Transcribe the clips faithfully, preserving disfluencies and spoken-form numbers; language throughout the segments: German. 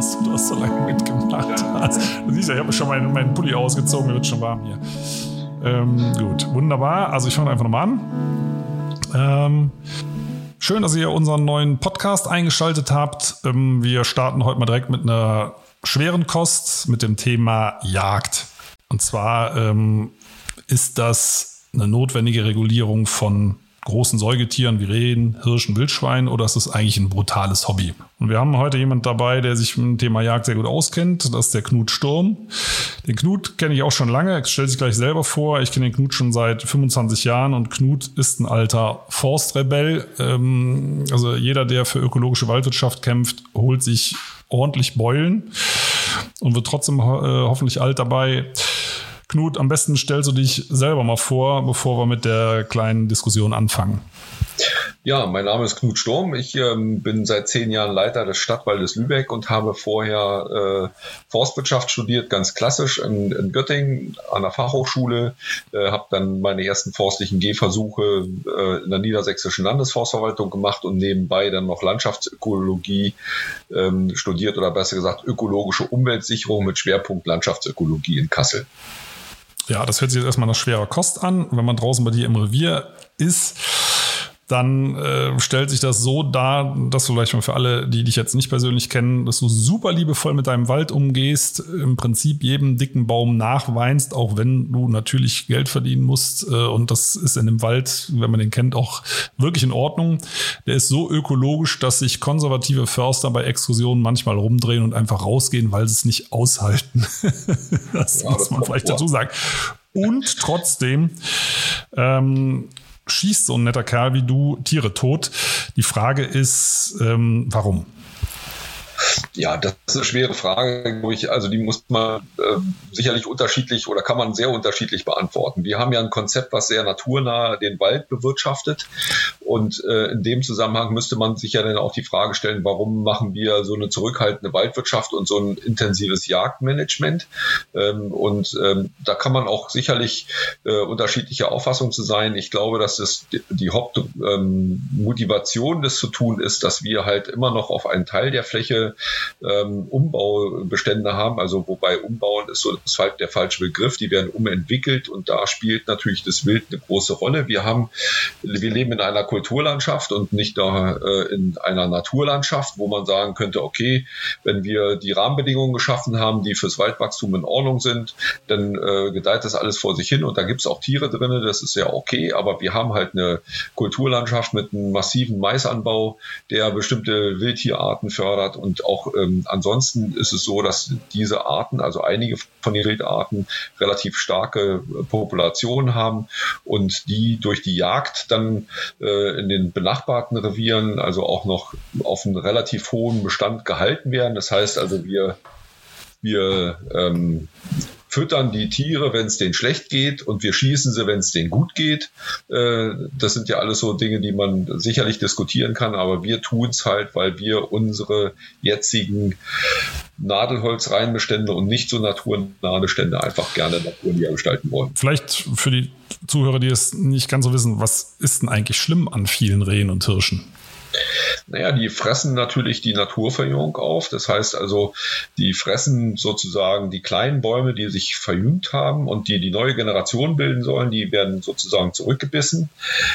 dass du das so lange mitgemacht hast. Du siehst ja, ich habe schon meinen, meinen Pulli ausgezogen, mir wird schon warm hier. Ähm, gut, wunderbar. Also ich fange einfach nochmal an. Ähm, schön, dass ihr unseren neuen Podcast eingeschaltet habt. Ähm, wir starten heute mal direkt mit einer schweren Kost, mit dem Thema Jagd. Und zwar ähm, ist das eine notwendige Regulierung von großen Säugetieren wie Rehen, Hirschen, Wildschweinen, oder ist es eigentlich ein brutales Hobby? Und wir haben heute jemand dabei, der sich mit dem Thema Jagd sehr gut auskennt. Das ist der Knut Sturm. Den Knut kenne ich auch schon lange. Er stellt sich gleich selber vor. Ich kenne den Knut schon seit fünfundzwanzig Jahren und Knut ist ein alter Forstrebell. Ähm, also jeder, der für ökologische Waldwirtschaft kämpft, holt sich ordentlich Beulen und wird trotzdem äh, hoffentlich alt dabei. Knut, am besten stellst du dich selber mal vor, bevor wir mit der kleinen Diskussion anfangen. Ja, mein Name ist Knut Sturm. Ich ähm, bin seit zehn Jahren Leiter des Stadtwaldes Lübeck und habe vorher äh, Forstwirtschaft studiert, ganz klassisch in, in Göttingen an der Fachhochschule. Äh, habe dann meine ersten forstlichen Gehversuche äh, in der Niedersächsischen Landesforstverwaltung gemacht und nebenbei dann noch Landschaftsökologie ähm, studiert, oder besser gesagt ökologische Umweltsicherung mit Schwerpunkt Landschaftsökologie in Kassel. Ja, das hört sich jetzt erstmal nach schwerer Kost an. Wenn man draußen bei dir im Revier ist, dann äh, stellt sich das so dar, dass du vielleicht mal für alle, die dich jetzt nicht persönlich kennen, dass du super liebevoll mit deinem Wald umgehst, im Prinzip jedem dicken Baum nachweinst, auch wenn du natürlich Geld verdienen musst. Äh, und das ist in dem Wald, wenn man den kennt, auch wirklich in Ordnung. Der ist so ökologisch, dass sich konservative Förster bei Exkursionen manchmal rumdrehen und einfach rausgehen, weil sie es nicht aushalten. Das ja, muss das man vielleicht vor. dazu sagen. Und trotzdem ähm, schießt so ein netter Kerl wie du Tiere tot. Die Frage ist, ähm, warum? Ja, das ist eine schwere Frage, wo ich, also die muss man äh, sicherlich unterschiedlich oder kann man sehr unterschiedlich beantworten. Wir haben ja ein Konzept, was sehr naturnah den Wald bewirtschaftet, und äh, in dem Zusammenhang müsste man sich ja dann auch die Frage stellen, warum machen wir so eine zurückhaltende Waldwirtschaft und so ein intensives Jagdmanagement? Ähm, und ähm, da kann man auch sicherlich äh, unterschiedlicher Auffassung zu sein. Ich glaube, dass es die, die Hauptmotivation, ähm, das zu tun ist, dass wir halt immer noch auf einen Teil der Fläche Ähm, Umbaubestände haben, also wobei Umbauen ist so das, der falsche Begriff, die werden umentwickelt, und da spielt natürlich das Wild eine große Rolle. Wir haben, wir leben in einer Kulturlandschaft und nicht da, äh, in einer Naturlandschaft, wo man sagen könnte, okay, wenn wir die Rahmenbedingungen geschaffen haben, die fürs Waldwachstum in Ordnung sind, dann äh, gedeiht das alles vor sich hin, und da gibt es auch Tiere drin, das ist ja okay, aber wir haben halt eine Kulturlandschaft mit einem massiven Maisanbau, der bestimmte Wildtierarten fördert. Und auch ähm, ansonsten ist es so, dass diese Arten, also einige von den Wildarten, relativ starke äh, Populationen haben und die durch die Jagd dann äh, in den benachbarten Revieren also auch noch auf einen relativ hohen Bestand gehalten werden. Das heißt also, wir, wir ähm, füttern die Tiere, wenn es denen schlecht geht, und wir schießen sie, wenn es denen gut geht. Das sind ja alles so Dinge, die man sicherlich diskutieren kann, aber wir tun es halt, weil wir unsere jetzigen Nadelholzreihenbestände und nicht so naturnahe Bestände einfach gerne naturnah gestalten wollen. Vielleicht für die Zuhörer, die es nicht ganz so wissen, was ist denn eigentlich schlimm an vielen Rehen und Hirschen? Naja, die fressen natürlich die Naturverjüngung auf. Das heißt also, die fressen sozusagen die kleinen Bäume, die sich verjüngt haben und die die neue Generation bilden sollen, die werden sozusagen zurückgebissen.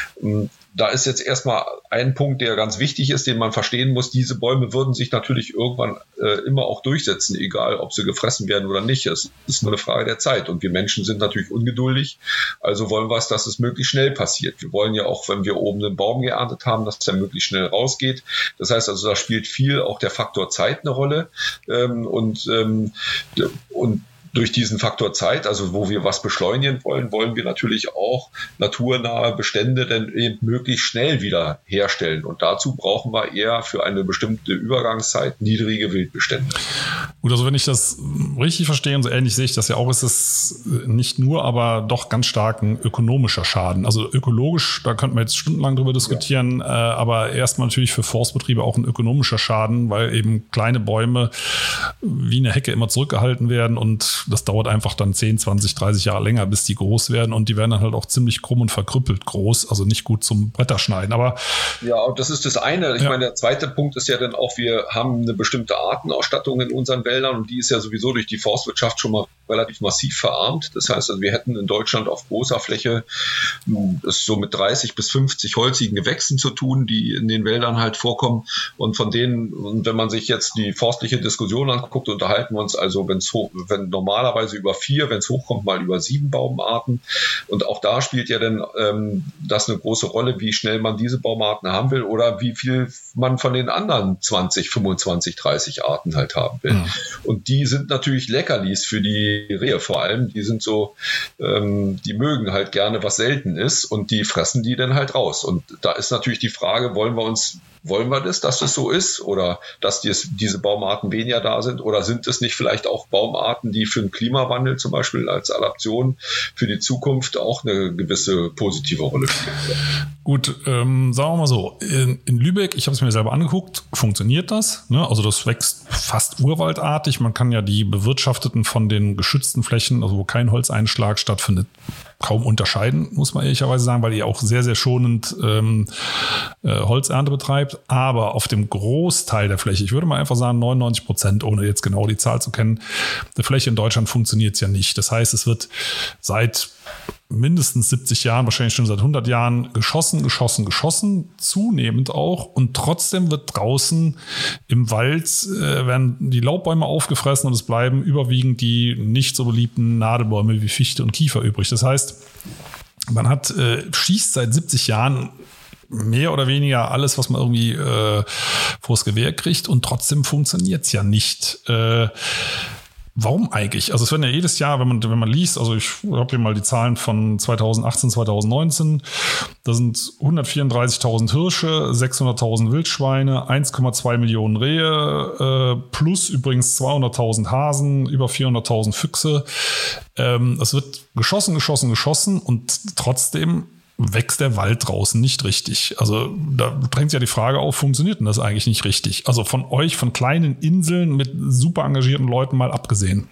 Da ist jetzt erstmal ein Punkt, der ganz wichtig ist, den man verstehen muss. Diese Bäume würden sich natürlich irgendwann äh, immer auch durchsetzen, egal ob sie gefressen werden oder nicht. Es ist nur eine Frage der Zeit. Und wir Menschen sind natürlich ungeduldig. Also wollen wir es, dass es möglichst schnell passiert. Wir wollen ja auch, wenn wir oben einen Baum geerntet haben, dass der möglichst schnell rausgeht. Das heißt also, da spielt viel auch der Faktor Zeit eine Rolle. Ähm, und, ähm, und durch diesen Faktor Zeit, also wo wir was beschleunigen wollen, wollen wir natürlich auch naturnahe Bestände dann eben möglichst schnell wieder herstellen. Und dazu brauchen wir eher für eine bestimmte Übergangszeit niedrige Wildbestände. Gut, also wenn ich das richtig verstehe, und so ähnlich sehe ich das ja auch, ist es nicht nur, aber doch ganz stark ein ökonomischer Schaden. Also ökologisch, da könnten wir jetzt stundenlang drüber diskutieren, ja. äh, aber erstmal natürlich für Forstbetriebe auch ein ökonomischer Schaden, weil eben kleine Bäume wie eine Hecke immer zurückgehalten werden und das dauert einfach dann zehn, zwanzig, dreißig Jahre länger, bis die groß werden und die werden dann halt auch ziemlich krumm und verkrüppelt groß, also nicht gut zum Bretterschneiden. Aber ja, und das ist das eine. Ich ja. meine, der zweite Punkt ist ja dann auch, wir haben eine bestimmte Artenausstattung in unseren Wäldern und die ist ja sowieso durch die Forstwirtschaft schon mal relativ massiv verarmt. Das heißt, also wir hätten in Deutschland auf großer Fläche es so mit dreißig bis fünfzig holzigen Gewächsen zu tun, die in den Wäldern halt vorkommen. Und von denen, wenn man sich jetzt die forstliche Diskussion anguckt, unterhalten wir uns also, wenn's hoch, wenn normalerweise über vier, wenn es hochkommt, mal über sieben Baumarten. Und auch da spielt ja dann ähm, das eine große Rolle, wie schnell man diese Baumarten haben will oder wie viel man von den anderen zwanzig, fünfundzwanzig, dreißig Arten halt haben will. Ja. Und die sind natürlich Leckerlis für die Rehe vor allem. Die sind so, ähm, die mögen halt gerne, was selten ist und die fressen die dann halt raus. Und da ist natürlich die Frage, wollen wir uns Wollen wir das, dass das so ist oder dass dies, diese Baumarten weniger da sind oder sind es nicht vielleicht auch Baumarten, die für den Klimawandel zum Beispiel als Adaption für die Zukunft auch eine gewisse positive Rolle spielen? Gut, ähm, sagen wir mal so, in, in Lübeck, ich habe es mir selber angeguckt, funktioniert das, ne? Also das wächst fast urwaldartig, man kann ja die bewirtschafteten von den geschützten Flächen, also wo kein Holzeinschlag stattfindet, kaum unterscheiden, muss man ehrlicherweise sagen, weil ihr auch sehr, sehr schonend ähm, äh, Holzernte betreibt. Aber auf dem Großteil der Fläche, ich würde mal einfach sagen neunundneunzig Prozent, ohne jetzt genau die Zahl zu kennen, der Fläche in Deutschland funktioniert es ja nicht. Das heißt, es wird seit mindestens siebzig Jahren, wahrscheinlich schon seit hundert Jahren geschossen, geschossen, geschossen, zunehmend auch. Und trotzdem wird draußen im Wald, äh, werden die Laubbäume aufgefressen und es bleiben überwiegend die nicht so beliebten Nadelbäume wie Fichte und Kiefer übrig. Das heißt, man hat äh, schießt seit siebzig Jahren mehr oder weniger alles, was man irgendwie äh, vors Gewehr kriegt und trotzdem funktioniert es ja nicht. Äh, Warum eigentlich? Also es werden ja jedes Jahr, wenn man, wenn man liest, also ich habe hier mal die Zahlen von zweitausendachtzehn, zweitausendneunzehn, da sind hundertvierunddreißigtausend Hirsche, sechshunderttausend Wildschweine, eins Komma zwei Millionen Rehe, äh, plus übrigens zweihunderttausend Hasen, über vierhunderttausend Füchse. Ähm, es wird geschossen, geschossen, geschossen und trotzdem wächst der Wald draußen nicht richtig. Also da drängt sich ja die Frage auf, funktioniert denn das eigentlich nicht richtig? Also von euch, von kleinen Inseln mit super engagierten Leuten mal abgesehen.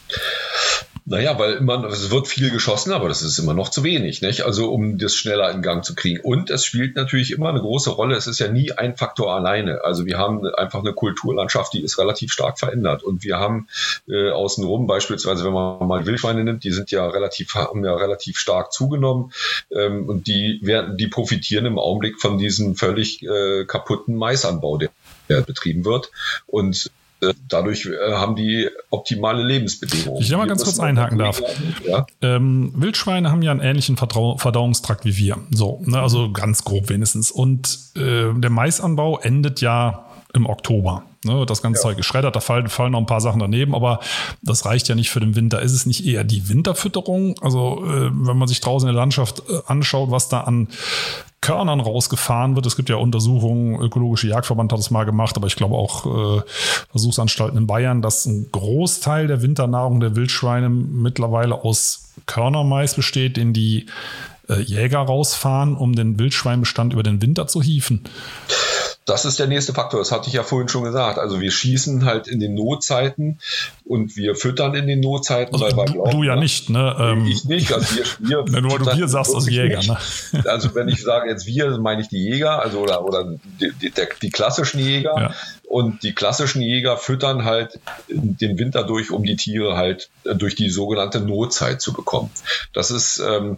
Naja, weil immer, es wird viel geschossen, aber das ist immer noch zu wenig, nicht? Also um das schneller in Gang zu kriegen. Und es spielt natürlich immer eine große Rolle. Es ist ja nie ein Faktor alleine. Also wir haben einfach eine Kulturlandschaft, die ist relativ stark verändert. Und wir haben äh, außenrum beispielsweise, wenn man mal Wildschweine nimmt, die sind ja relativ, haben ja relativ stark zugenommen. Ähm, und die werden, die profitieren im Augenblick von diesem völlig äh, kaputten Maisanbau, der, der betrieben wird. Und dadurch äh, haben die optimale Lebensbedingungen. Ich will mal ganz kurz einhaken darf. Ja? Ähm, Wildschweine haben ja einen ähnlichen Verdau- Verdauungstrakt wie wir. So, ne, also ganz grob wenigstens. Und äh, der Maisanbau endet ja im Oktober. Ne, das ganze ja. Zeug geschreddert, da fallen, fallen noch ein paar Sachen daneben, aber das reicht ja nicht für den Winter. Ist es nicht eher die Winterfütterung? Also äh, wenn man sich draußen in der Landschaft äh, anschaut, was da an Körnern rausgefahren wird. Es gibt ja Untersuchungen, Ökologische Jagdverband hat es mal gemacht, aber ich glaube auch äh, Versuchsanstalten in Bayern, dass ein Großteil der Winternahrung der Wildschweine mittlerweile aus Körnermais besteht, den die äh, Jäger rausfahren, um den Wildschweinbestand über den Winter zu hieven. Das ist der nächste Faktor, das hatte ich ja vorhin schon gesagt. Also wir schießen halt in den Notzeiten und wir füttern in den Notzeiten. Also weil du, glauben, du ja nicht, ne? Ähm, ich nicht, also wir, wir nur du wir sagst als Jäger, ne? Also wenn ich sage jetzt wir, meine ich die Jäger, also oder, oder die, die, die klassischen Jäger. Ja. Und die klassischen Jäger füttern halt den Winter durch, um die Tiere halt durch die sogenannte Notzeit zu bekommen. Das ist, ähm,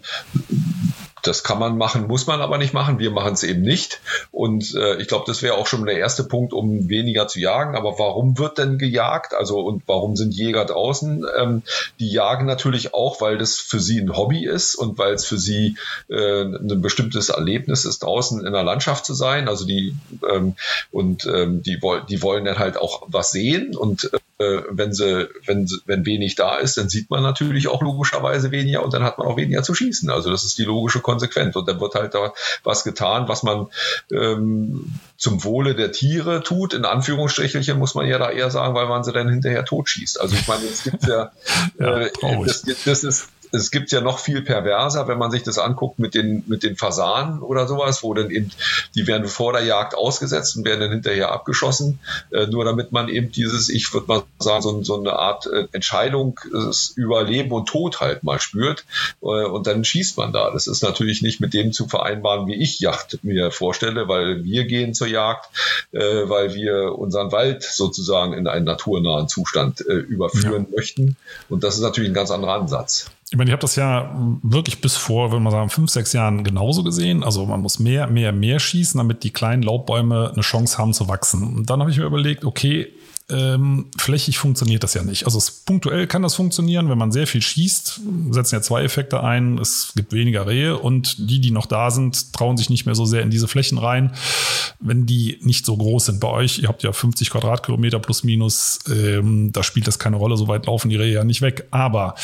das kann man machen, muss man aber nicht machen. Wir machen es eben nicht. Und äh, ich glaube, das wäre auch schon der erste Punkt, um weniger zu jagen. Aber warum wird denn gejagt? Also und warum sind Jäger draußen? Ähm, die jagen natürlich auch, weil das für sie ein Hobby ist und weil es für sie äh, ein bestimmtes Erlebnis ist, draußen in der Landschaft zu sein. Also die ähm, und ähm, die wollen, die wollen dann halt auch was sehen und äh, wenn sie, wenn wenn wenig da ist, dann sieht man natürlich auch logischerweise weniger und dann hat man auch weniger zu schießen. Also das ist die logische Konsequenz und dann wird halt da was getan, was man ähm, zum Wohle der Tiere tut. In Anführungsstrichelchen muss man ja da eher sagen, weil man sie dann hinterher totschießt. Also ich meine, es gibt ja, ja äh, das, das ist es gibt ja noch viel perverser, wenn man sich das anguckt mit den, mit den Fasanen oder sowas, wo dann eben, die werden vor der Jagd ausgesetzt und werden dann hinterher abgeschossen, äh, nur damit man eben dieses, ich würde mal sagen, so, so eine Art äh, Entscheidung äh, über Leben und Tod halt mal spürt, äh, und dann schießt man da. Das ist natürlich nicht mit dem zu vereinbaren, wie ich Jagd mir vorstelle, weil wir gehen zur Jagd, äh, weil wir unseren Wald sozusagen in einen naturnahen Zustand äh, überführen ja. möchten. Und das ist natürlich ein ganz anderer Ansatz. Ich meine, ich habe das ja wirklich bis vor, würde man sagen, fünf, sechs Jahren genauso gesehen. Also man muss mehr, mehr, mehr schießen, damit die kleinen Laubbäume eine Chance haben zu wachsen. Und dann habe ich mir überlegt, okay, ähm, flächig funktioniert das ja nicht. Also es, punktuell kann das funktionieren, wenn man sehr viel schießt, setzen ja zwei Effekte ein. Es gibt weniger Rehe und die, die noch da sind, trauen sich nicht mehr so sehr in diese Flächen rein, wenn die nicht so groß sind bei euch. Ihr habt ja fünfzig Quadratkilometer plus minus, ähm, da spielt das keine Rolle, so weit laufen die Rehe ja nicht weg. Aber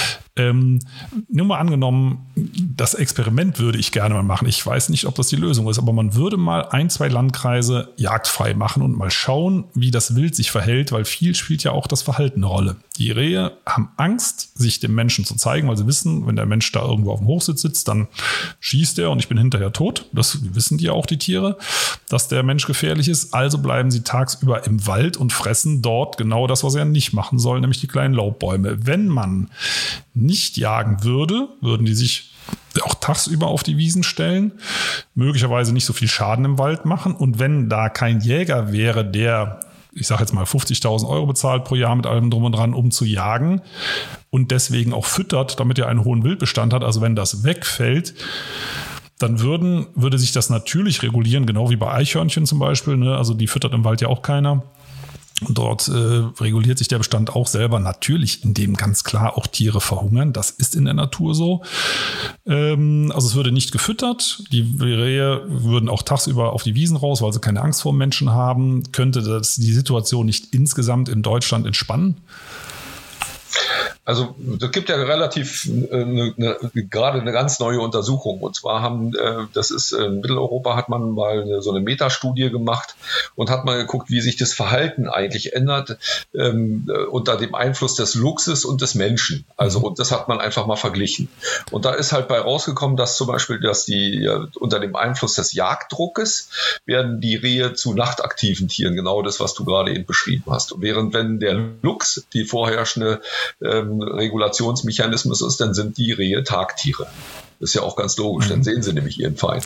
Ähm, nur mal angenommen, das Experiment würde ich gerne mal machen. Ich weiß nicht, ob das die Lösung ist, aber man würde mal ein, zwei Landkreise jagdfrei machen und mal schauen, wie das Wild sich verhält, weil viel spielt ja auch das Verhalten eine Rolle. Die Rehe haben Angst, sich dem Menschen zu zeigen, weil sie wissen, wenn der Mensch da irgendwo auf dem Hochsitz sitzt, dann schießt er und ich bin hinterher tot. Das wissen die auch, die Tiere, dass der Mensch gefährlich ist. Also bleiben sie tagsüber im Wald und fressen dort genau das, was sie ja nicht machen sollen, nämlich die kleinen Laubbäume. Wenn man nicht jagen würde, würden die sich auch tagsüber auf die Wiesen stellen, möglicherweise nicht so viel Schaden im Wald machen. Und wenn da kein Jäger wäre, der, ich sage jetzt mal, fünfzigtausend Euro bezahlt pro Jahr mit allem drum und dran, um zu jagen und deswegen auch füttert, damit er einen hohen Wildbestand hat, also wenn das wegfällt, dann würden, würde sich das natürlich regulieren, genau wie bei Eichhörnchen zum Beispiel, ne? Also die füttert im Wald ja auch keiner. Und dort äh, reguliert sich der Bestand auch selber, natürlich, indem ganz klar auch Tiere verhungern. Das ist in der Natur so. Ähm, also es würde nicht gefüttert. Die Rehe würden auch tagsüber auf die Wiesen raus, weil sie keine Angst vor Menschen haben. Könnte das die Situation nicht insgesamt in Deutschland entspannen? Also es gibt ja relativ äh, eine, eine, gerade eine ganz neue Untersuchung. Und zwar haben, äh, das ist in Mitteleuropa, hat man mal eine, so eine Metastudie gemacht und hat mal geguckt, wie sich das Verhalten eigentlich ändert ähm, unter dem Einfluss des Luchses und des Menschen. Also und das hat man einfach mal verglichen. Und da ist halt bei rausgekommen, dass zum Beispiel, dass die ja, unter dem Einfluss des Jagddruckes werden die Rehe zu nachtaktiven Tieren. Genau das, was du gerade eben beschrieben hast. Und während wenn der Luchs die vorherrschende ähm, Regulationsmechanismus ist, dann sind die Rehe Tagtiere. Das ist ja auch ganz logisch, dann sehen sie nämlich ihren Feind.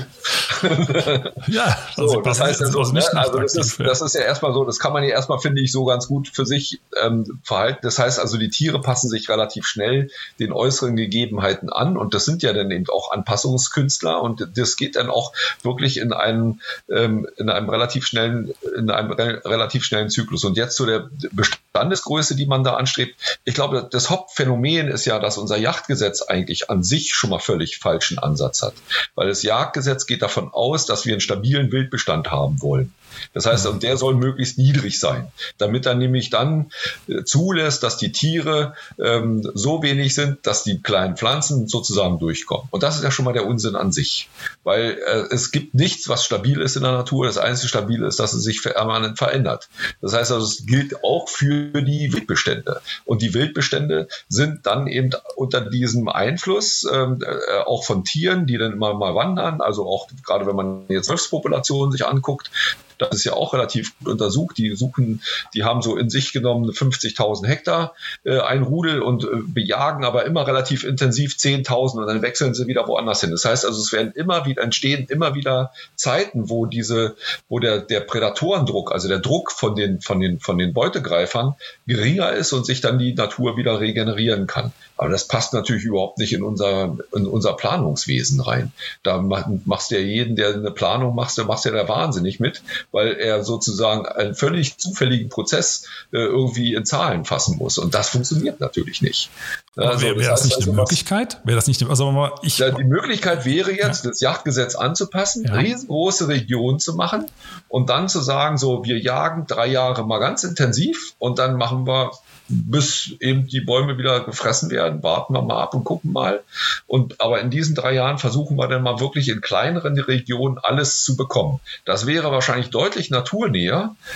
Ja, so, das heißt also, also, ne, also das, ist, das ist ja erstmal so, das kann man ja erstmal, finde ich, so ganz gut für sich ähm, verhalten. Das heißt also, die Tiere passen sich relativ schnell den äußeren Gegebenheiten an und das sind ja dann eben auch Anpassungskünstler und das geht dann auch wirklich in einem, ähm, in einem relativ schnellen, in einem re- relativ schnellen Zyklus. Und jetzt zu der Bestandesgröße, die man da anstrebt. Ich glaube, das Hauptphänomen ist ja, dass unser Jagdgesetz eigentlich an sich schon mal völlig falschen Ansatz hat. Weil das Jagdgesetz geht davon aus, dass wir einen stabilen Wildbestand haben wollen. Das heißt, und der soll möglichst niedrig sein, damit er nämlich dann äh, zulässt, dass die Tiere ähm, so wenig sind, dass die kleinen Pflanzen sozusagen durchkommen. Und das ist ja schon mal der Unsinn an sich, weil äh, es gibt nichts, was stabil ist in der Natur. Das einzige Stabile ist, dass es sich permanent verändert. Das heißt also, es gilt auch für die Wildbestände. Und die Wildbestände sind dann eben unter diesem Einfluss ähm, äh, auch von Tieren, die dann immer mal wandern. Also auch gerade wenn man jetzt Wolfspopulationen sich anguckt, das ist ja auch relativ gut untersucht. Die suchen, die haben so in sich genommen fünfzigtausend Hektar, äh, ein Rudel und äh, bejagen aber immer relativ intensiv zehntausend und dann wechseln sie wieder woanders hin. Das heißt also, es werden immer wieder entstehen, immer wieder Zeiten, wo diese, wo der, der Prädatorendruck, also der Druck von den, von den, von den Beutegreifern geringer ist und sich dann die Natur wieder regenerieren kann. Aber das passt natürlich überhaupt nicht in unser, in unser Planungswesen rein. Da machst du ja jeden, der eine Planung macht, da machst du ja da wahnsinnig mit, weil er sozusagen einen völlig zufälligen Prozess äh, irgendwie in Zahlen fassen muss. Und das funktioniert natürlich nicht. Also, wäre wär das, das nicht also eine Möglichkeit? Wäre das nicht eine, also mal, ich, ja, die Möglichkeit wäre jetzt, ja. das Jagdgesetz anzupassen, ja. riesengroße Regionen zu machen und dann zu sagen, so, wir jagen drei Jahre mal ganz intensiv und dann machen wir, bis eben die Bäume wieder gefressen werden, warten wir mal ab und gucken mal. Und aber in diesen drei Jahren versuchen wir dann mal wirklich in kleineren Regionen alles zu bekommen. Das wäre wahrscheinlich deutlich naturnäher,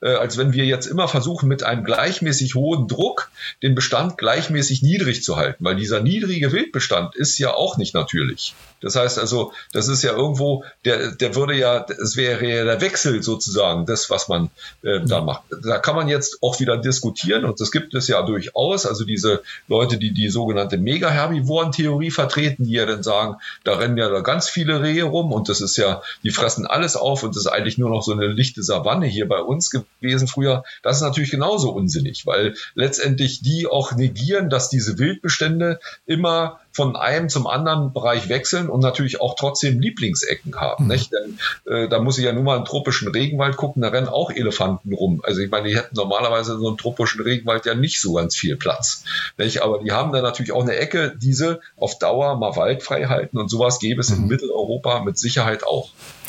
äh, als wenn wir jetzt immer versuchen, mit einem gleichmäßig hohen Druck den Bestand gleichmäßig niedrig zu halten, weil dieser niedrige Wildbestand ist ja auch nicht natürlich. Das heißt also, das ist ja irgendwo, der, der würde ja, es wäre ja der Wechsel sozusagen, das, was man äh, da macht. Da kann man jetzt auch wieder diskutieren und das gibt es ja durchaus, also diese Leute, die die sogenannte Mega-Herbivoren-Theorie vertreten, die ja dann sagen, da rennen ja da ganz viele Rehe rum und das ist ja, die fressen alles auf und das ist eigentlich nur noch so eine lichte Savanne hier bei uns gewesen früher. Das ist natürlich genauso unsinnig, weil letztendlich die auch negieren, dass diese Wildbestände immer von einem zum anderen Bereich wechseln und natürlich auch trotzdem Lieblingsecken haben. Mhm. Nicht? Denn äh, da muss ich ja nur mal einen tropischen Regenwald gucken, da rennen auch Elefanten rum. Also ich meine, die hätten normalerweise in so einem tropischen Regenwald ja nicht so ganz viel Platz. Nicht? Aber die haben da natürlich auch eine Ecke, diese auf Dauer mal waldfrei halten und sowas gäbe es mhm. in Mitteleuropa mit Sicherheit auch.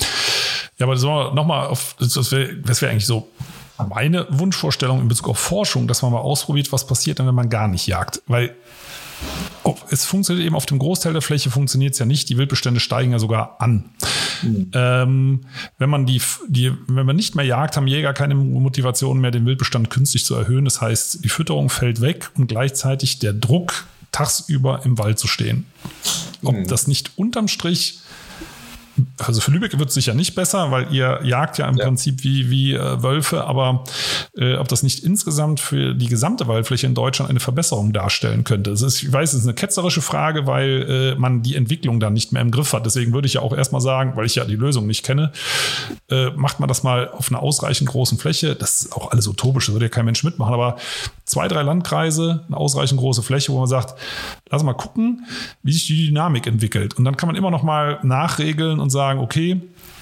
Ja, aber so nochmal auf, das wäre wär eigentlich so meine Wunschvorstellung in Bezug auf Forschung, dass man mal ausprobiert, was passiert dann, wenn man gar nicht jagt. Weil oh, es funktioniert eben auf dem Großteil der Fläche funktioniert es ja nicht. Die Wildbestände steigen ja sogar an. Mhm. Ähm, wenn man die, die, wenn man nicht mehr jagt, haben Jäger keine Motivation mehr, den Wildbestand künstlich zu erhöhen. Das heißt, die Fütterung fällt weg und gleichzeitig der Druck, tagsüber im Wald zu stehen. Ob mhm. das nicht unterm Strich, also für Lübeck wird es sicher nicht besser, weil ihr jagt ja im ja. Prinzip wie, wie äh, Wölfe, aber äh, ob das nicht insgesamt für die gesamte Waldfläche in Deutschland eine Verbesserung darstellen könnte. Das ist, ich weiß, es ist eine ketzerische Frage, weil äh, man die Entwicklung dann nicht mehr im Griff hat. Deswegen würde ich ja auch erstmal sagen, weil ich ja die Lösung nicht kenne, äh, macht man das mal auf einer ausreichend großen Fläche. Das ist auch alles utopisch, das würde ja kein Mensch mitmachen, aber zwei, drei Landkreise, eine ausreichend große Fläche, wo man sagt, lass mal gucken, wie sich die Dynamik entwickelt. Und dann kann man immer noch mal nachregeln und sagen, okay,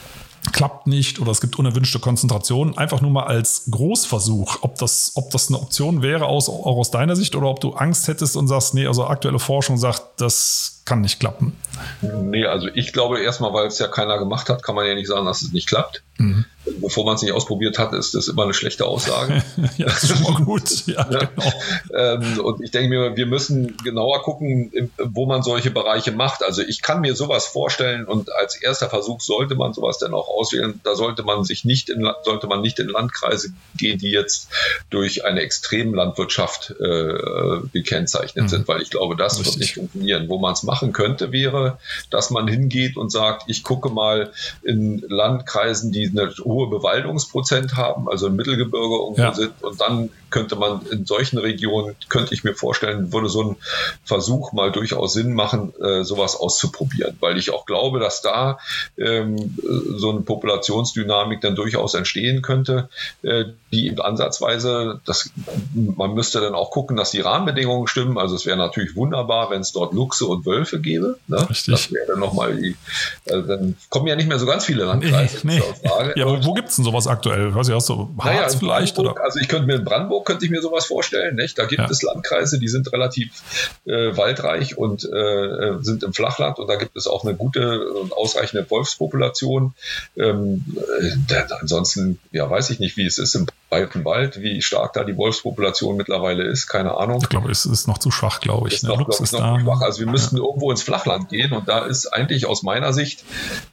klappt nicht oder es gibt unerwünschte Konzentrationen. Einfach nur mal als Großversuch, ob das, ob das eine Option wäre, aus, auch aus deiner Sicht, oder ob du Angst hättest und sagst, nee, also aktuelle Forschung sagt, das kann nicht klappen. Nee, also ich glaube erstmal, weil es ja keiner gemacht hat, kann man ja nicht sagen, dass es nicht klappt. Mhm. Bevor man es nicht ausprobiert hat, ist das immer eine schlechte Aussage. Ja, das ist schon mal gut. Ja, ja. Genau. Ähm, und ich denke mir, wir müssen genauer gucken, wo man solche Bereiche macht. Also ich kann mir sowas vorstellen und als erster Versuch sollte man sowas dann auch auswählen. Da sollte man sich nicht in, sollte man nicht in Landkreise gehen, die jetzt durch eine Extremlandwirtschaft äh, gekennzeichnet mhm. sind, weil ich glaube, das Richtig. Wird nicht funktionieren. Wo man es machen könnte, wäre, dass man hingeht und sagt, ich gucke mal in Landkreisen, die eine hohe Bewaldungsprozent haben, also im Mittelgebirge irgendwo ja. sind, und dann könnte man in solchen Regionen, könnte ich mir vorstellen, würde so ein Versuch mal durchaus Sinn machen, äh, sowas auszuprobieren, weil ich auch glaube, dass da ähm, so eine Populationsdynamik dann durchaus entstehen könnte, äh, die ansatzweise, das, man müsste dann auch gucken, dass die Rahmenbedingungen stimmen, also es wäre natürlich wunderbar, wenn es dort Luchse und Wölfe gäbe, ne? Richtig. Das wäre dann nochmal die, also dann kommen ja nicht mehr so ganz viele Landkreise. Nee, nee. Frage. Ja, aber wo gibt es denn sowas aktuell? Weiß ich, hast du Harz naja, vielleicht? Oder? Also ich könnte mir in Brandenburg könnte ich mir sowas vorstellen. Nicht? Da gibt ja. es Landkreise, die sind relativ äh, waldreich und äh, sind im Flachland, und da gibt es auch eine gute und ausreichende Wolfspopulation. Ähm, äh, ansonsten, ja, weiß ich nicht, wie es ist im Bayerischen Wald, wie stark da die Wolfspopulation mittlerweile ist, keine Ahnung. Ich glaube, es ist noch zu schwach, glaube ich. Ist noch, glaub ich, noch da. zu schwach. Also wir müssten ja. irgendwo ins Flachland gehen, und da ist eigentlich aus meiner Sicht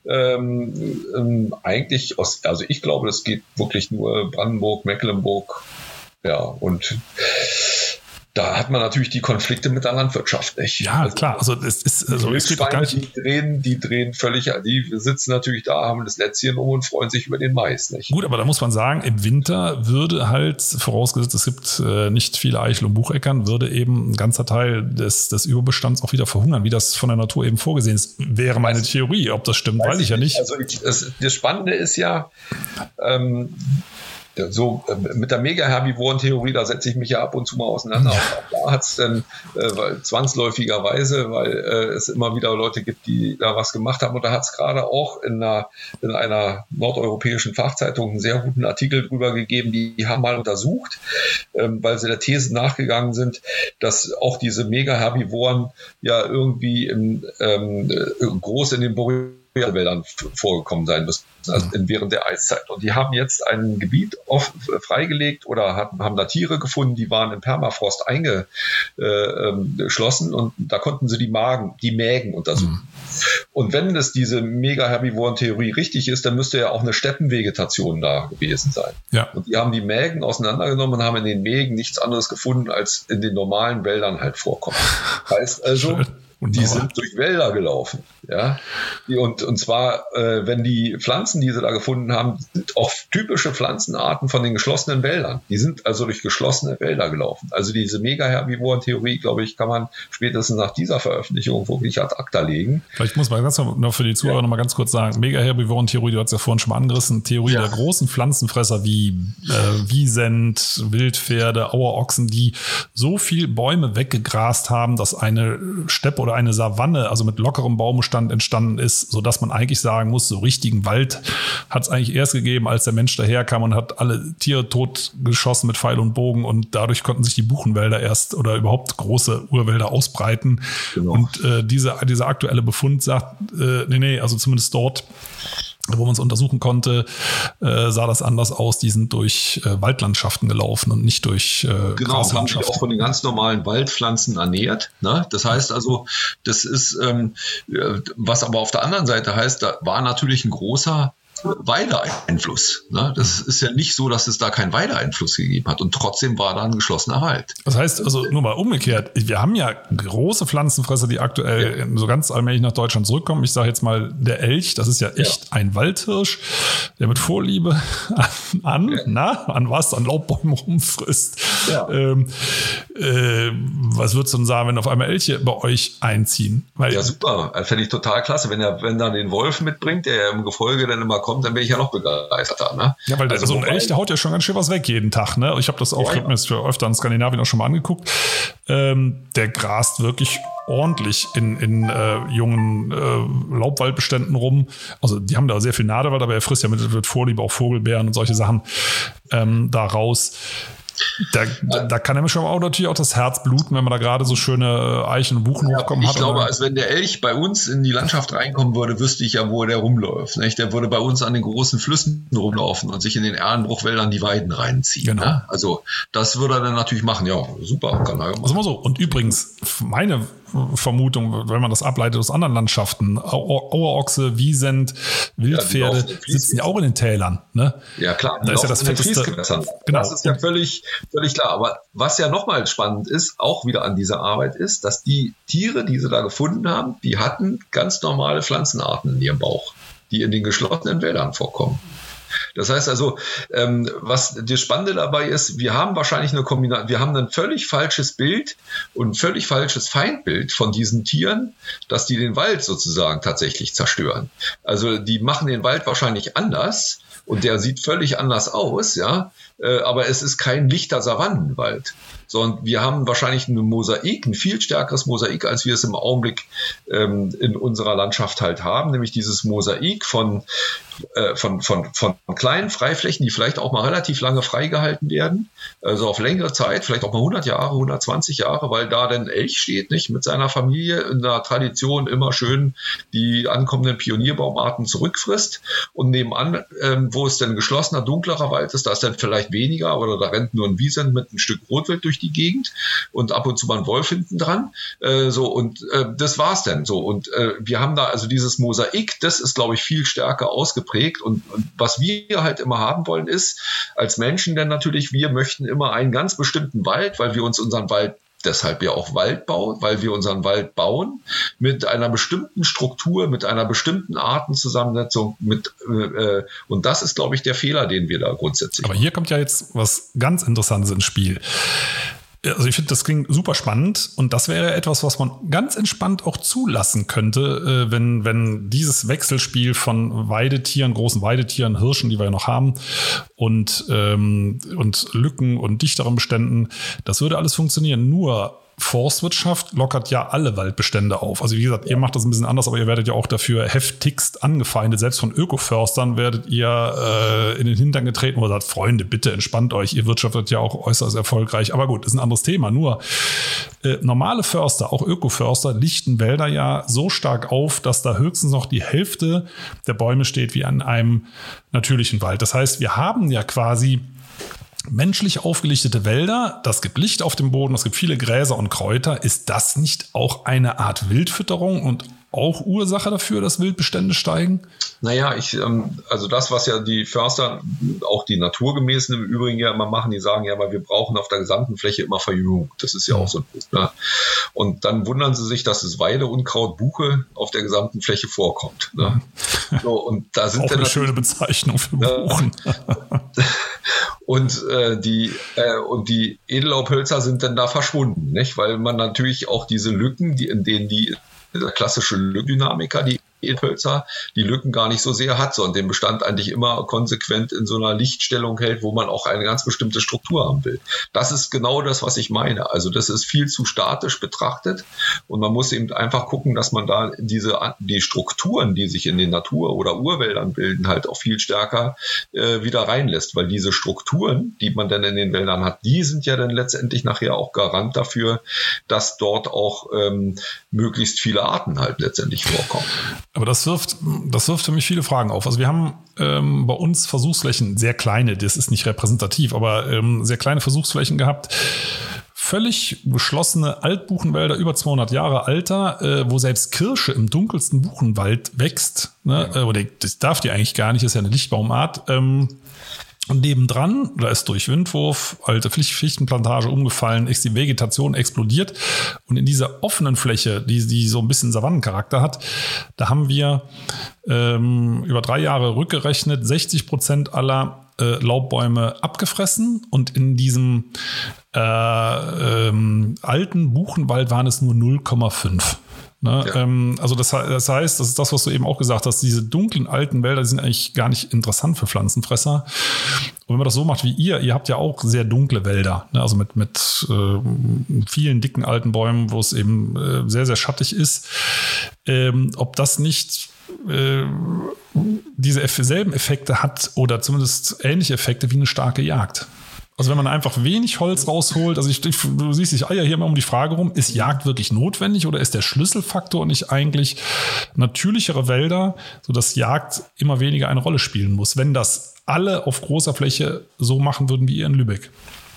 ähm, ähm, eigentlich, aus, also ich glaube, das geht wirklich nur Brandenburg, Mecklenburg, ja, und da hat man natürlich die Konflikte mit der Landwirtschaft, nicht? Ja, also, klar. Also es ist, also es geht auch gar nicht. Die drehen, die drehen völlig, die sitzen natürlich da, haben das Lätzchen um und freuen sich über den Mais, nicht? Gut, aber da muss man sagen, im Winter würde halt, vorausgesetzt, es gibt äh, nicht viele Eichel- und Bucheckern, würde eben ein ganzer Teil des, des Überbestands auch wieder verhungern, wie das von der Natur eben vorgesehen ist. Wäre meine also, Theorie. Ob das stimmt, weiß, weiß ich ja nicht. Also ich, das, das Spannende ist ja, ähm, so mit der Mega-Herbivoren-Theorie, da setze ich mich ja ab und zu mal auseinander. Ja. Da hat es dann äh, zwangsläufigerweise, weil äh, es immer wieder Leute gibt, die da was gemacht haben. Und da hat es gerade auch in einer, in einer nordeuropäischen Fachzeitung einen sehr guten Artikel drüber gegeben. Die, die haben mal untersucht, ähm, weil sie der These nachgegangen sind, dass auch diese Mega-Herbivoren ja irgendwie im, ähm, groß in den Borealien Wäldern vorgekommen sein müssen, also während der Eiszeit. Und die haben jetzt ein Gebiet auf, freigelegt oder haben, haben da Tiere gefunden, die waren im Permafrost eingeschlossen und da konnten sie die Magen, die Mägen untersuchen. Mhm. Und wenn es diese Mega-Herbivoren-Theorie richtig ist, dann müsste ja auch eine Steppenvegetation da gewesen sein. Ja. Und die haben die Mägen auseinandergenommen und haben in den Mägen nichts anderes gefunden, als in den normalen Wäldern halt vorkommen. Heißt also, die sind durch Wälder gelaufen. Ja? Und, und zwar, äh, wenn die Pflanzen, die sie da gefunden haben, sind auch typische Pflanzenarten von den geschlossenen Wäldern. Die sind also durch geschlossene Wälder gelaufen. Also diese Mega-Herbivoren-Theorie, glaube ich, kann man spätestens nach dieser Veröffentlichung wirklich ad acta legen. Vielleicht muss man ganz noch für die Zuhörer ja. noch mal ganz kurz sagen, Mega-Herbivoren-Theorie, du hast ja vorhin schon mal angerissen, Theorie ja. der großen Pflanzenfresser wie äh, Wiesent, Wildpferde, Auerochsen, die so viel Bäume weggegrast haben, dass eine Steppe oder eine Savanne, also mit lockerem Baumbestand entstanden ist, sodass man eigentlich sagen muss, so richtigen Wald hat es eigentlich erst gegeben, als der Mensch daherkam und hat alle Tiere totgeschossen mit Pfeil und Bogen und dadurch konnten sich die Buchenwälder erst oder überhaupt große Urwälder ausbreiten. Genau. Und äh, diese, dieser aktuelle Befund sagt, äh, nee, nee, also zumindest dort, wo man es untersuchen konnte, äh, sah das anders aus. Die sind durch äh, Waldlandschaften gelaufen und nicht durch äh, Genau, haben sich auch von den ganz normalen Waldpflanzen ernährt. Ne? Das heißt also, das ist, ähm, was aber auf der anderen Seite heißt, da war natürlich ein großer Weideeinfluss. Ne? Das ist ja nicht so, dass es da keinen Weideeinfluss gegeben hat und trotzdem war da ein geschlossener Wald. Das heißt also, nur mal umgekehrt, wir haben ja große Pflanzenfresser, die aktuell ja. so ganz allmählich nach Deutschland zurückkommen. Ich sage jetzt mal, der Elch, das ist ja echt ja. ein Waldhirsch, der mit Vorliebe an, an, ja. na, an was, an Laubbäumen rumfrisst. Ja. Ähm, äh, was würdest du denn sagen, wenn auf einmal Elche bei euch einziehen? Weil, ja, super. Fände ich total klasse. Wenn er, wenn er den Wolf mitbringt, der ja im Gefolge dann immer kommt, dann bin ich ja noch begeisterter. Ne? Ja, weil also so ein Elch, der haut ja schon ganz schön was weg jeden Tag. Ne? Ich habe das auch, ja, ich habe mir das für öfter in Skandinavien auch schon mal angeguckt. Ähm, der grast wirklich ordentlich in, in äh, jungen äh, Laubwaldbeständen rum. Also die haben da sehr viel Nadelwald, aber er frisst ja mit, mit Vorliebe auch Vogelbeeren und solche Sachen ähm, da raus. Da, da, da kann er schon auch natürlich auch das Herz bluten, wenn man da gerade so schöne Eichen und Buchen ja, hochkommen ich hat. Ich glaube, als wenn der Elch bei uns in die Landschaft reinkommen würde, wüsste ich ja, wo der rumläuft. Nicht? Der würde bei uns an den großen Flüssen rumlaufen und sich in den Erlenbruchwäldern die Weiden reinziehen. Genau. Ne? Also das würde er dann natürlich machen. Ja, super. Kann er machen. Also mal so. Und übrigens, meine Vermutung, wenn man das ableitet aus anderen Landschaften, Auerochse, Wiesent, Wildpferde, ja, sitzen ja auch in den Tälern. Ne? Ja klar, da ist ja das fetteste. Genau. Das ist ja völlig, völlig klar. Aber was ja nochmal spannend ist, auch wieder an dieser Arbeit ist, dass die Tiere, die sie da gefunden haben, die hatten ganz normale Pflanzenarten in ihrem Bauch, die in den geschlossenen Wäldern vorkommen. Das heißt also, ähm, was das Spannende dabei ist, wir haben wahrscheinlich eine Kombination, wir haben ein völlig falsches Bild und ein völlig falsches Feindbild von diesen Tieren, dass die den Wald sozusagen tatsächlich zerstören. Also die machen den Wald wahrscheinlich anders und der sieht völlig anders aus, ja, äh, aber es ist kein lichter Savannenwald, sondern wir haben wahrscheinlich ein Mosaik, ein viel stärkeres Mosaik, als wir es im Augenblick ähm, in unserer Landschaft halt haben, nämlich dieses Mosaik von, äh, von, von, von kleinen Freiflächen, die vielleicht auch mal relativ lange freigehalten werden, also auf längere Zeit, vielleicht auch mal hundert Jahre, hundertzwanzig Jahre, weil da dann Elch steht, nicht, mit seiner Familie in der Tradition immer schön die ankommenden Pionierbaumarten zurückfrisst und nebenan, ähm, wo es dann geschlossener, dunklerer Wald ist, da ist dann vielleicht weniger, oder da rennt nur ein Wiesent mit ein Stück Rotwild durch die Gegend und ab und zu mal ein Wolf hinten dran. Äh, so, und äh, das war's dann so. Und äh, wir haben da also dieses Mosaik, das ist, glaube ich, viel stärker ausgeprägt. Und, und was wir halt immer haben wollen, ist, als Menschen dann natürlich, wir möchten immer einen ganz bestimmten Wald, weil wir uns unseren Wald deshalb ja auch Waldbau, weil wir unseren Wald bauen mit einer bestimmten Struktur, mit einer bestimmten Artenzusammensetzung. Mit, äh, und das ist, glaube ich, der Fehler, den wir da grundsätzlich Aber machen. Hier kommt ja jetzt was ganz Interessantes ins Spiel. Also ich finde, das klingt super spannend und das wäre etwas, was man ganz entspannt auch zulassen könnte, wenn, wenn dieses Wechselspiel von Weidetieren, großen Weidetieren, Hirschen, die wir ja noch haben, und, ähm, und Lücken und dichteren Beständen, das würde alles funktionieren. Nur Forstwirtschaft lockert ja alle Waldbestände auf. Also wie gesagt, ihr macht das ein bisschen anders, aber ihr werdet ja auch dafür heftigst angefeindet. Selbst von Ökoförstern werdet ihr äh, in den Hintern getreten oder sagt, Freunde, bitte entspannt euch, ihr wirtschaftet ja auch äußerst erfolgreich. Aber gut, das ist ein anderes Thema. Nur äh, normale Förster, auch Ökoförster, lichten Wälder ja so stark auf, dass da höchstens noch die Hälfte der Bäume steht wie an einem natürlichen Wald. Das heißt, wir haben ja quasi menschlich aufgelichtete Wälder, das gibt Licht auf dem Boden, es gibt viele Gräser und Kräuter. Ist das nicht auch eine Art Wildfütterung und auch Ursache dafür, dass Wildbestände steigen? Naja, ich, ähm, also das, was ja die Förster, auch die Naturgemäßen im Übrigen ja immer machen, die sagen ja, aber wir brauchen auf der gesamten Fläche immer Verjüngung. Das ist ja auch so ein Punkt. Ne? Und dann wundern sie sich, dass es Weideunkraut, Buche auf der gesamten Fläche vorkommt. Ne? So, und da sind auch eine schöne Bezeichnung für Buchen. Und, äh, die, äh, und die Edellaubhölzer sind dann da verschwunden, nicht? Weil man natürlich auch diese Lücken, die, in denen die der klassische Lückendynamiker, die Edelhölzer, die Lücken gar nicht so sehr hat, sondern den Bestand eigentlich immer konsequent in so einer Lichtstellung hält, wo man auch eine ganz bestimmte Struktur haben will. Das ist genau das, was ich meine. Also das ist viel zu statisch betrachtet und man muss eben einfach gucken, dass man da diese die Strukturen, die sich in den Natur- oder Urwäldern bilden, halt auch viel stärker äh, wieder reinlässt, weil diese Strukturen, die man dann in den Wäldern hat, die sind ja dann letztendlich nachher auch Garant dafür, dass dort auch ähm, möglichst viele Arten halt letztendlich vorkommen. Aber das wirft, das wirft für mich viele Fragen auf. Also wir haben ähm, bei uns Versuchsflächen, sehr kleine, das ist nicht repräsentativ, aber ähm, sehr kleine Versuchsflächen gehabt. Völlig geschlossene Altbuchenwälder, über zweihundert Jahre alter, äh, wo selbst Kirsche im dunkelsten Buchenwald wächst. Ne? Ja. Oder das darf die eigentlich gar nicht, ist ja eine Lichtbaumart. Ähm, Und nebendran, da ist durch Windwurf, alte Fichtenplantage umgefallen, ist die Vegetation explodiert. Und in dieser offenen Fläche, die, die so ein bisschen Savannencharakter hat, da haben wir ähm, über drei Jahre rückgerechnet sechzig Prozent aller äh, Laubbäume abgefressen. Und in diesem äh, ähm, alten Buchenwald waren es nur null Komma fünf. Ne, ja. ähm, also das, das heißt, das ist das, was du eben auch gesagt hast, diese dunklen alten Wälder, die sind eigentlich gar nicht interessant für Pflanzenfresser. Und wenn man das so macht wie ihr, ihr habt ja auch sehr dunkle Wälder, ne, also mit, mit äh, vielen dicken alten Bäumen, wo es eben äh, sehr, sehr schattig ist, ähm, ob das nicht äh, diese selben Effekte hat oder zumindest ähnliche Effekte wie eine starke Jagd. Also wenn man einfach wenig Holz rausholt, also ich, du siehst, ich eier hier immer um die Frage rum, ist Jagd wirklich notwendig oder ist der Schlüsselfaktor nicht eigentlich natürlichere Wälder, sodass Jagd immer weniger eine Rolle spielen muss, wenn das alle auf großer Fläche so machen würden wie ihr in Lübeck?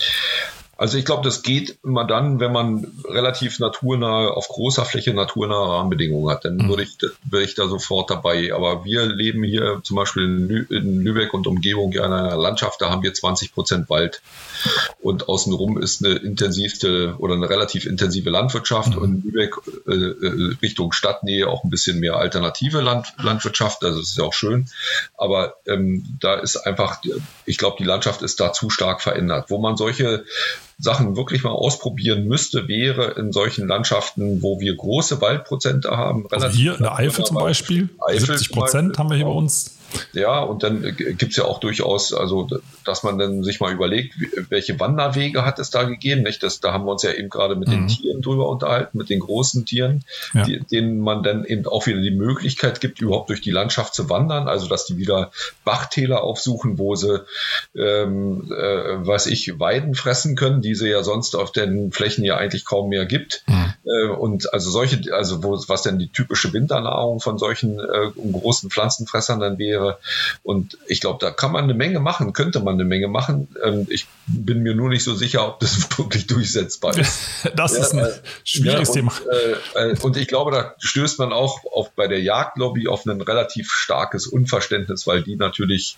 Also ich glaube, das geht immer dann, wenn man relativ naturnahe, auf großer Fläche naturnahe Rahmenbedingungen hat. Dann mhm. würde ich, wäre ich da sofort dabei. Aber wir leben hier zum Beispiel in, Lü- in Lübeck und Umgebung ja in einer Landschaft, da haben wir zwanzig Prozent Wald. Und außenrum ist eine intensivste oder eine relativ intensive Landwirtschaft mhm. und in Lübeck äh, Richtung Stadtnähe auch ein bisschen mehr alternative Land, Landwirtschaft. Also das ist ja auch schön. Aber ähm, da ist einfach, ich glaube, die Landschaft ist da zu stark verändert. Wo man solche Sachen wirklich mal ausprobieren müsste, wäre in solchen Landschaften, wo wir große Waldprozente haben. Also hier in der Eifel zum Beispiel, Eifel siebzig Prozent haben wir hier bei uns. Ja, und dann gibt es ja auch durchaus, also dass man dann sich mal überlegt, welche Wanderwege hat es da gegeben, nicht? Das, da haben wir uns ja eben gerade mit mhm. den Tieren drüber unterhalten, mit den großen Tieren, ja. die, denen man dann eben auch wieder die Möglichkeit gibt, überhaupt durch die Landschaft zu wandern, also dass die wieder Bachtäler aufsuchen, wo sie, ähm, äh, weiß ich, Weiden fressen können, die sie ja sonst auf den Flächen ja eigentlich kaum mehr gibt. Mhm. Äh, und also solche, also wo, was denn die typische Winternahrung von solchen äh, großen Pflanzenfressern dann wäre. Und ich glaube, da kann man eine Menge machen, könnte man eine Menge machen. Ich bin mir nur nicht so sicher, ob das wirklich durchsetzbar ist. Das ja, ist ein schwieriges ja, und, Thema. Äh, und ich glaube, da stößt man auch auf, bei der Jagdlobby auf ein relativ starkes Unverständnis, weil die natürlich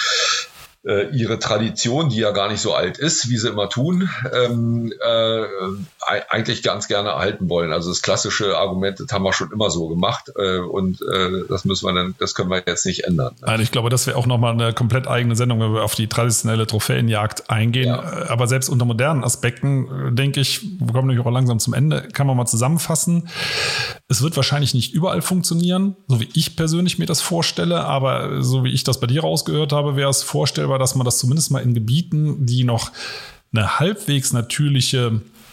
äh, ihre Tradition, die ja gar nicht so alt ist, wie sie immer tun, ähm, äh, eigentlich ganz gerne erhalten wollen. Also das klassische Argument, das haben wir schon immer so gemacht äh, und äh, das müssen wir dann, das können wir jetzt nicht ändern. Nein, ich glaube, das wäre auch nochmal eine komplett eigene Sendung, wenn wir auf die traditionelle Trophäenjagd eingehen. Ja. Aber selbst unter modernen Aspekten, denke ich, wir kommen nämlich auch langsam zum Ende, kann man mal zusammenfassen. Es wird wahrscheinlich nicht überall funktionieren, so wie ich persönlich mir das vorstelle, aber so wie ich das bei dir rausgehört habe, wäre es vorstellbar, dass man das zumindest mal in Gebieten, die noch eine halbwegs natürliche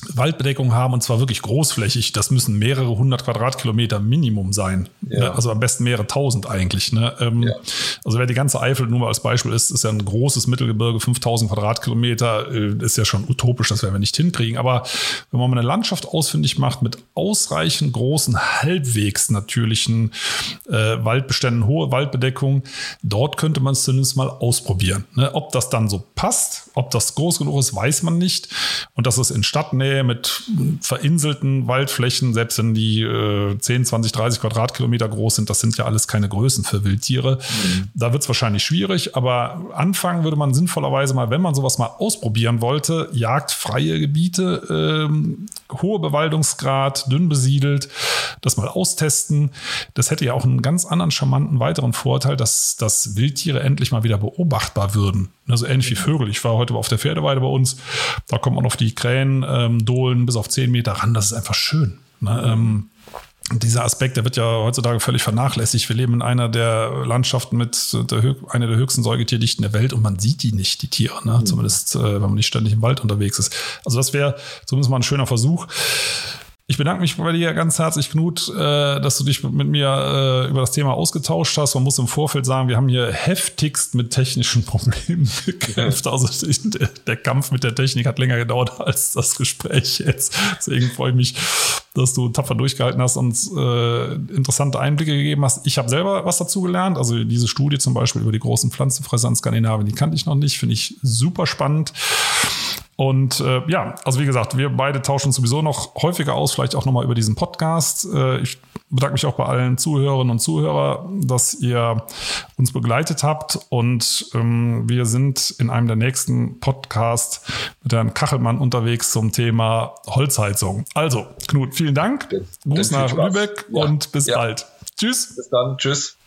Waldbedeckung haben und zwar wirklich großflächig. Das müssen mehrere hundert Quadratkilometer Minimum sein. Ja. Also am besten mehrere tausend eigentlich. Ne? Ähm, ja. Also wer die ganze Eifel nur mal als Beispiel ist, ist ja ein großes Mittelgebirge, fünftausend Quadratkilometer, äh, ist ja schon utopisch, das werden wir nicht hinkriegen. Aber wenn man mal eine Landschaft ausfindig macht mit ausreichend großen, halbwegs natürlichen äh, Waldbeständen, hohe Waldbedeckung, dort könnte man es zumindest mal ausprobieren. Ne? Ob das dann so passt, ob das groß genug ist, weiß man nicht. Und dass es in Stadtnähe mit verinselten Waldflächen, selbst wenn die äh, zehn, zwanzig, dreißig Quadratkilometer groß sind, das sind ja alles keine Größen für Wildtiere. Mhm. Da wird es wahrscheinlich schwierig, aber anfangen würde man sinnvollerweise mal, wenn man sowas mal ausprobieren wollte, jagdfreie Gebiete, ähm, hohe Bewaldungsgrad, dünn besiedelt, das mal austesten. Das hätte ja auch einen ganz anderen charmanten weiteren Vorteil, dass, dass Wildtiere endlich mal wieder beobachtbar würden. Also ähnlich wie Vögel. Ich war heute auf der Pferdeweide bei uns, da kommt man auf die Krähen, ähm, Dohlen bis auf zehn Meter ran. Das ist einfach schön. Ne? Ähm, dieser Aspekt, der wird ja heutzutage völlig vernachlässigt. Wir leben in einer der Landschaften mit der, einer der höchsten Säugetierdichten der Welt und man sieht die nicht, die Tiere. Ne? Mhm. Zumindest, äh, wenn man nicht ständig im Wald unterwegs ist. Also das wäre zumindest mal ein schöner Versuch. Ich bedanke mich bei dir ganz herzlich, Knut, äh, dass du dich mit mir äh, über das Thema ausgetauscht hast. Man muss im Vorfeld sagen, wir haben hier heftigst mit technischen Problemen gekämpft. Also der, der Kampf mit der Technik hat länger gedauert als das Gespräch jetzt. Deswegen freue ich mich, dass du tapfer durchgehalten hast und äh, interessante Einblicke gegeben hast. Ich habe selber was dazu gelernt. Also diese Studie zum Beispiel über die großen Pflanzenfresser in Skandinavien, die kannte ich noch nicht. Finde ich super spannend. Und äh, ja, also wie gesagt, wir beide tauschen uns sowieso noch häufiger aus, vielleicht auch nochmal über diesen Podcast. Äh, ich bedanke mich auch bei allen Zuhörerinnen und Zuhörern, dass ihr uns begleitet habt. Und ähm, wir sind in einem der nächsten Podcasts mit Herrn Kachelmann unterwegs zum Thema Holzheizung. Also, Knut, vielen Dank. Gruß nach Lübeck ja. und bis ja. bald. Tschüss. Bis dann. Tschüss.